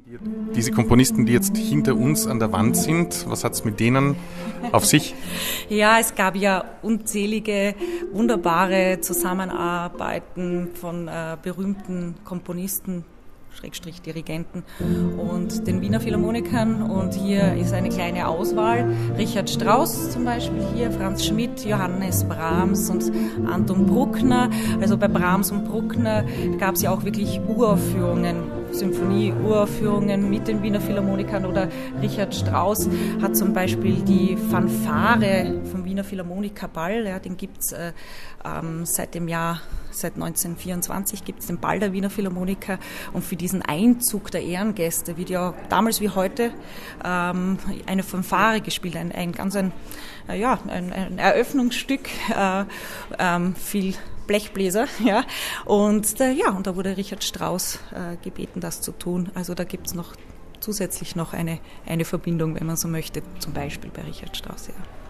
Diese Komponisten, die jetzt hinter uns an der Wand sind, was hat es mit denen auf sich? Ja, es gab ja unzählige, wunderbare Zusammenarbeiten von berühmten Komponisten, Schrägstrich Dirigenten und den Wiener Philharmonikern. Und hier ist eine kleine Auswahl. Richard Strauss zum Beispiel hier, Franz Schmidt, Johannes Brahms und Anton Bruckner. Also bei Brahms und Bruckner gab es ja auch wirklich Uraufführungen, Symphonie-Uraufführungen mit den Wiener Philharmonikern. Oder Richard Strauss hat zum Beispiel die Fanfare vom Wiener Philharmoniker-Ball, ja, den gibt es seit 1924 gibt es den Ball der Wiener Philharmoniker, und für diesen Einzug der Ehrengäste wird ja damals wie heute eine Fanfare gespielt, ein Eröffnungsstück, viel Blechbläser, ja, und da wurde Richard Strauss gebeten, das zu tun. Also da gibt es zusätzlich noch eine Verbindung, wenn man so möchte, zum Beispiel bei Richard Strauss, ja.